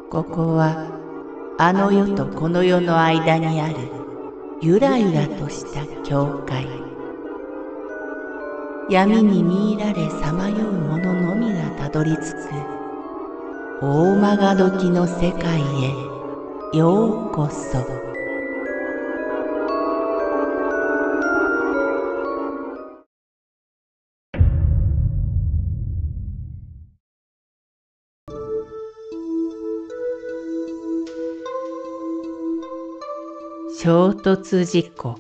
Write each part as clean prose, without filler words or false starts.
ここはあの世とこの世の間にあるゆらゆらとした境界。闇に見入られさまよう者のみがたどり着く大曲時の世界へようこそ。衝突事故。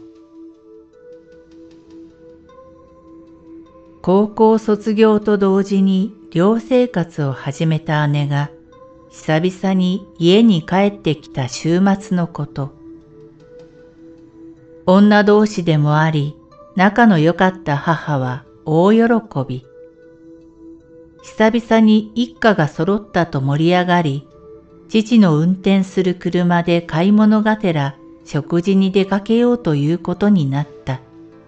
高校卒業と同時に寮生活を始めた姉が久々に家に帰ってきた週末のこと。女同士でもあり仲の良かった母は大喜び。久々に一家が揃ったと盛り上がり、父の運転する車で買い物がてら食事に出かけようということになった。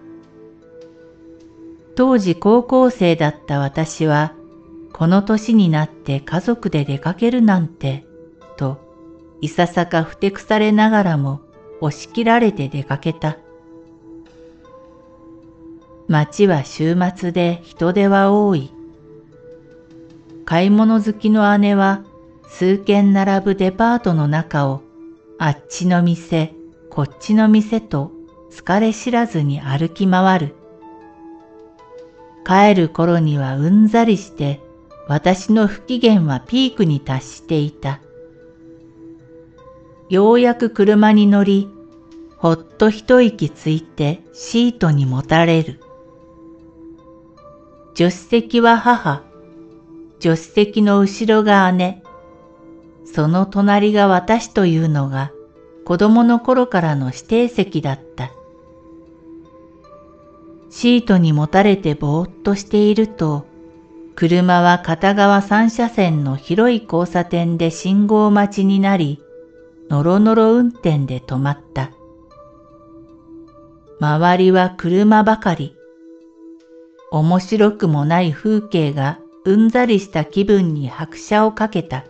当時高校生だった私は、この年になって家族で出かけるなんて、といささかふてくされながらも押し切られて出かけた。街は週末で人出は多い。買い物好きの姉は数軒並ぶデパートの中をあっちの店、こっちの店と疲れ知らずに歩き回る。帰る頃にはうんざりして私の不機嫌はピークに達していた。ようやく車に乗り、ほっと一息ついてシートにもたれる。助手席は母、助手席の後ろが姉、その隣が私というのが子供の頃からの指定席だった。シートにもたれてぼーっとしていると、車は片側3車線の広い交差点で信号待ちになり、のろのろ運転で止まった。周りは車ばかり。面白くもない風景がうんざりした気分に拍車をかけた。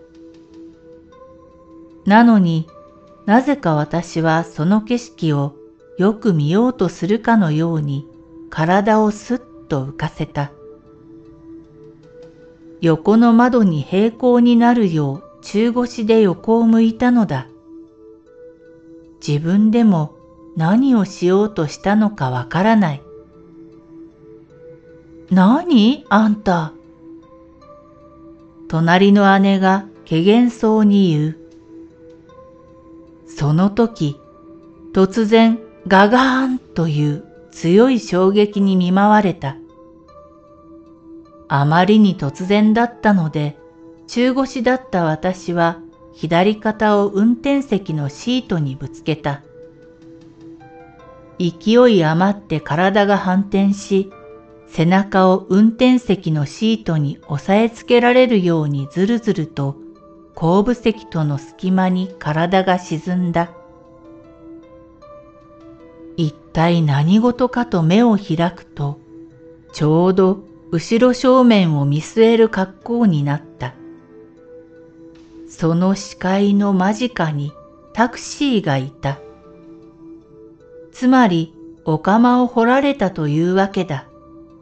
なのに、なぜか私はその景色をよく見ようとするかのように体をすっと浮かせた。横の窓に平行になるよう中腰で横を向いたのだ。自分でも何をしようとしたのかわからない。何あんた。隣の姉が怪げそうに言う。その時、突然ガガーンという強い衝撃に見舞われた。あまりに突然だったので、中腰だった私は左肩を運転席のシートにぶつけた。勢い余って体が反転し、背中を運転席のシートに押さえつけられるようにずるずると後部席との隙間に体が沈んだ。一体何事かと目を開くと、ちょうど後ろ正面を見据える格好になった。その視界の間近にタクシーがいた。つまり、お釜を掘られたというわけだ。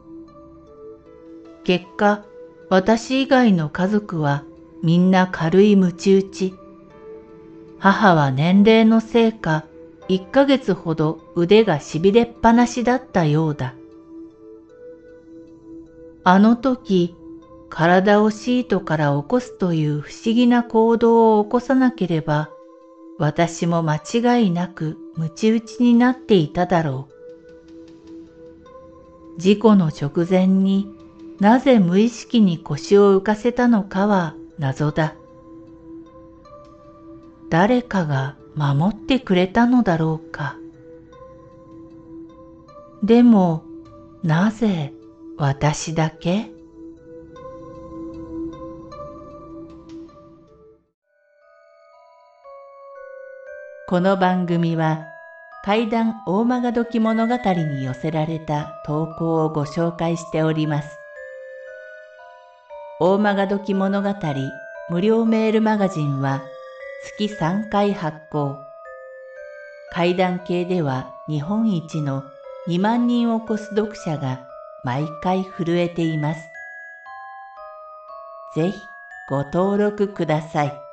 結果、私以外の家族はみんな軽い鞭打ち。母は年齢のせいか、1ヶ月ほど腕がしびれっぱなしだったようだ。あの時、体をシートから起こすという不思議な行動を起こさなければ、私も間違いなく鞭打ちになっていただろう。事故の直前になぜ無意識に腰を浮かせたのかは謎だ。誰かが守ってくれたのだろうか。でも、なぜ私だけ？この番組は怪談大曲時物語に寄せられた投稿をご紹介しております。大曲時物語無料メールマガジンは月3回発行。怪談系では日本一の2万人を超す読者が毎回震えています。ぜひご登録ください。